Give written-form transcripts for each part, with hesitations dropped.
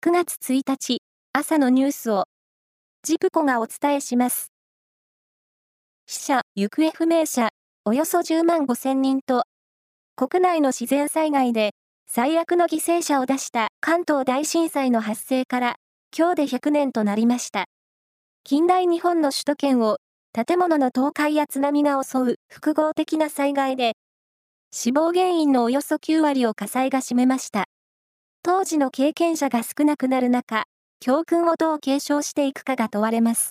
9月1日、朝のニュースを、ジプコがお伝えします。死者・行方不明者、およそ10万5千人と、国内の自然災害で最悪の犠牲者を出した関東大震災の発生から、今日で100年となりました。近代日本の首都圏を、建物の倒壊や津波が襲う複合的な災害で、死亡原因のおよそ9割を火災が占めました。当時の経験者が少なくなる中、教訓をどう継承していくかが問われます。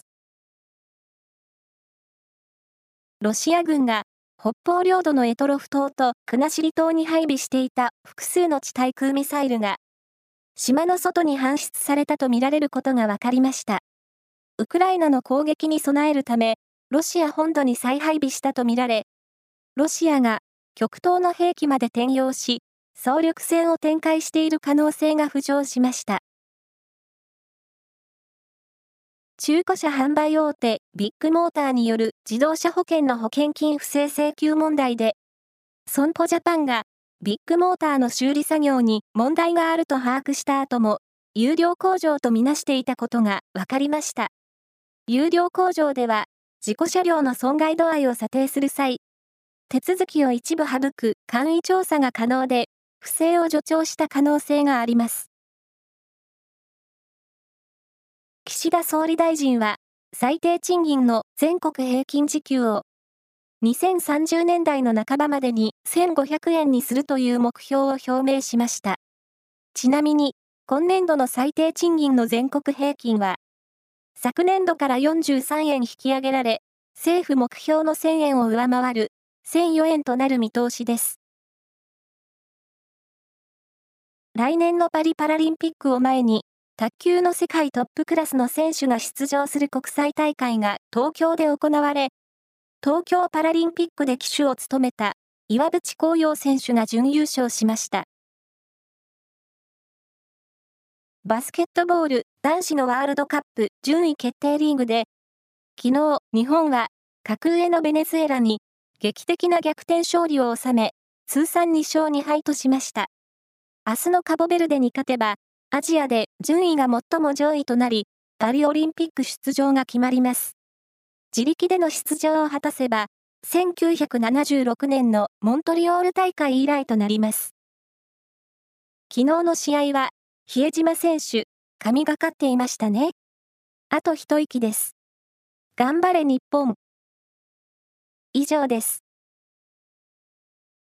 ロシア軍が北方領土の択捉島と国後島に配備していた複数の地対空ミサイルが、島の外に搬出されたとみられることが分かりました。ウクライナの攻撃に備えるため、ロシア本土に再配備したとみられ、ロシアが極東の兵器まで転用し、総力戦を展開している可能性が浮上しました。中古車販売大手ビッグモーターによる自動車保険の保険金不正請求問題で、損保ジャパンがビッグモーターの修理作業に問題があると把握した後も、有料工場とみなしていたことが分かりました。有料工場では、事故車両の損害度合いを査定する際、手続きを一部省く簡易調査が可能で、不正を助長した可能性があります。岸田総理大臣は、最低賃金の全国平均時給を、2030年代の半ばまでに1500円にするという目標を表明しました。ちなみに、今年度の最低賃金の全国平均は、昨年度から43円引き上げられ、政府目標の1000円を上回る1004円となる見通しです。来年のパリパラリンピックを前に、卓球の世界トップクラスの選手が出場する国際大会が東京で行われ、東京パラリンピックで旗手を務めた岩渕幸洋選手が準優勝しました。バスケットボール男子のワールドカップ順位決定リーグで、昨日日本は格上のベネズエラに劇的な逆転勝利を収め、通算2勝2敗としました。明日のカボベルデに勝てば、アジアで順位が最も上位となり、パリオリンピック出場が決まります。自力での出場を果たせば、1976年のモントリオール大会以来となります。昨日の試合は、比江島選手、神がかっていましたね。あと一息です。頑張れ日本。以上です。